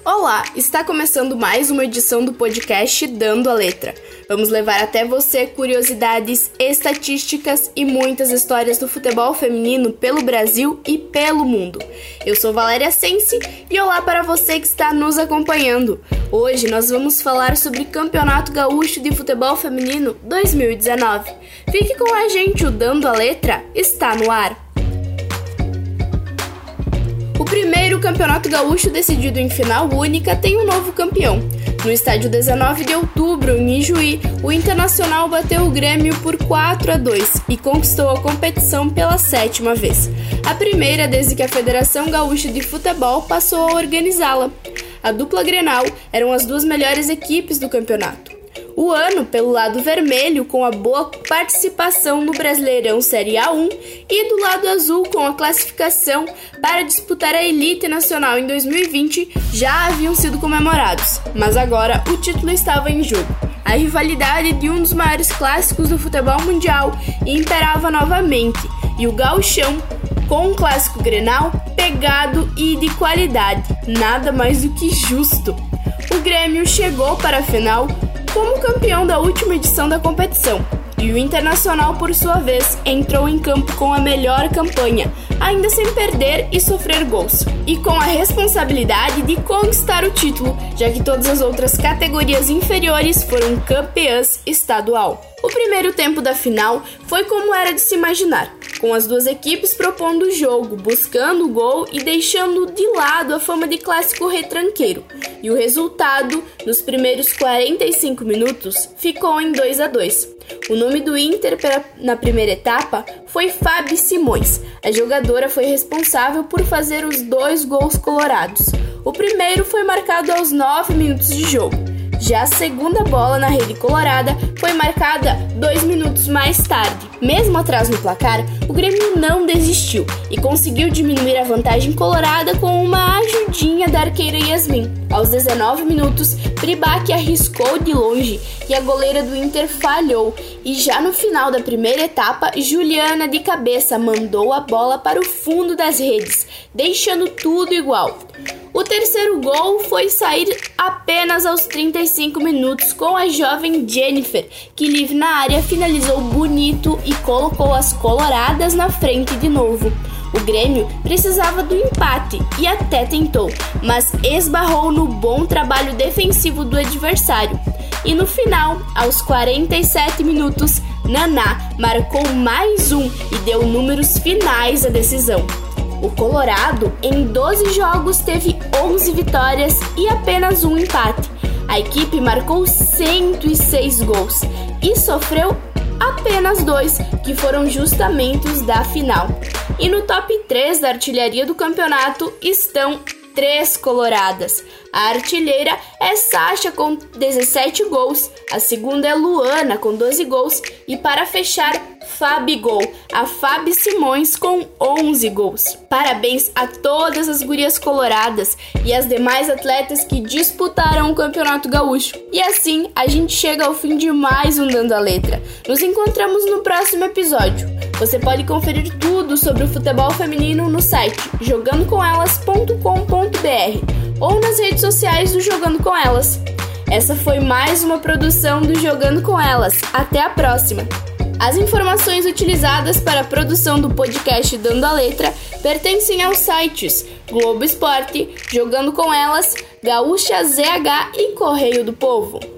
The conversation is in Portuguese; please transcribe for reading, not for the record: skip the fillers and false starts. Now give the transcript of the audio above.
Olá, está começando mais uma edição do podcast Dando a Letra. Vamos levar até você curiosidades, estatísticas e muitas histórias do futebol feminino pelo Brasil e pelo mundo. Eu sou Valéria Sensi e olá para você que está nos acompanhando. Hoje nós vamos falar sobre Campeonato Gaúcho de Futebol Feminino 2019. Fique com a gente, o Dando a Letra está no ar. O primeiro Campeonato Gaúcho decidido em final única tem um novo campeão. No estádio 19 de outubro, em Ijuí, o Internacional bateu o Grêmio por 4-2 e conquistou a competição pela 7ª vez. A primeira desde que a Federação Gaúcha de Futebol passou a organizá-la. A dupla Grenal eram as duas melhores equipes do campeonato. O ano pelo lado vermelho, com a boa participação no Brasileirão Série A1, e do lado azul, com a classificação para disputar a Elite Nacional em 2020, já haviam sido comemorados, mas agora o título estava em jogo. A rivalidade de um dos maiores clássicos do futebol mundial imperava novamente, e o gauchão, com um clássico Grenal, pegado e de qualidade, nada mais do que justo. O Grêmio chegou para a final como campeão da última edição da competição, e o Internacional, por sua vez, entrou em campo com a melhor campanha, ainda sem perder e sofrer gols, e com a responsabilidade de conquistar o título, já que todas as outras categorias inferiores foram campeãs estadual. O primeiro tempo da final foi como era de se imaginar, com as duas equipes propondo o jogo, buscando o gol e deixando de lado a fama de clássico retranqueiro. E o resultado, nos primeiros 45 minutos, ficou em 2-2. O nome do Inter na primeira etapa foi Fabi Simões. A jogadora foi responsável por fazer os 2 gols colorados. O primeiro foi marcado aos 9 minutos de jogo. Já a segunda bola na rede colorada foi marcada 2 minutos mais tarde. Mesmo atrás no placar, o Grêmio não desistiu e conseguiu diminuir a vantagem colorada com uma ajudinha da arqueira Yasmin. Aos 19 minutos, Pribac arriscou de longe e a goleira do Inter falhou. E já no final da primeira etapa, Juliana de cabeça mandou a bola para o fundo das redes, deixando tudo igual. O terceiro gol foi sair apenas aos 35 minutos com a jovem Jennifer, que livre na área finalizou bonito e colocou as coloradas na frente de novo. O Grêmio precisava do empate e até tentou, mas esbarrou no bom trabalho defensivo do adversário. E no final, aos 47 minutos, Naná marcou mais um e deu números finais à decisão. O Colorado, em 12 jogos, teve 11 vitórias e apenas um empate. A equipe marcou 106 gols e sofreu apenas 2, que foram justamente os da final. E no top 3 da artilharia do campeonato estão 3 coloradas. A artilheira é Sasha com 17 gols, a segunda é Luana com 12 gols e para fechar, Fabigol, a Fabi Simões com 11 gols. Parabéns a todas as gurias coloradas e as demais atletas que disputaram o Campeonato Gaúcho. E assim, a gente chega ao fim de mais um Dando a Letra. Nos encontramos no próximo episódio. Você pode conferir tudo sobre o futebol feminino no site jogandocomelas.com.br ou nas redes sociais do Jogando com Elas. Essa foi mais uma produção do Jogando com Elas. Até a próxima! As informações utilizadas para a produção do podcast Dando a Letra pertencem aos sites Globo Esporte, Jogando com Elas, Gaúcha ZH e Correio do Povo.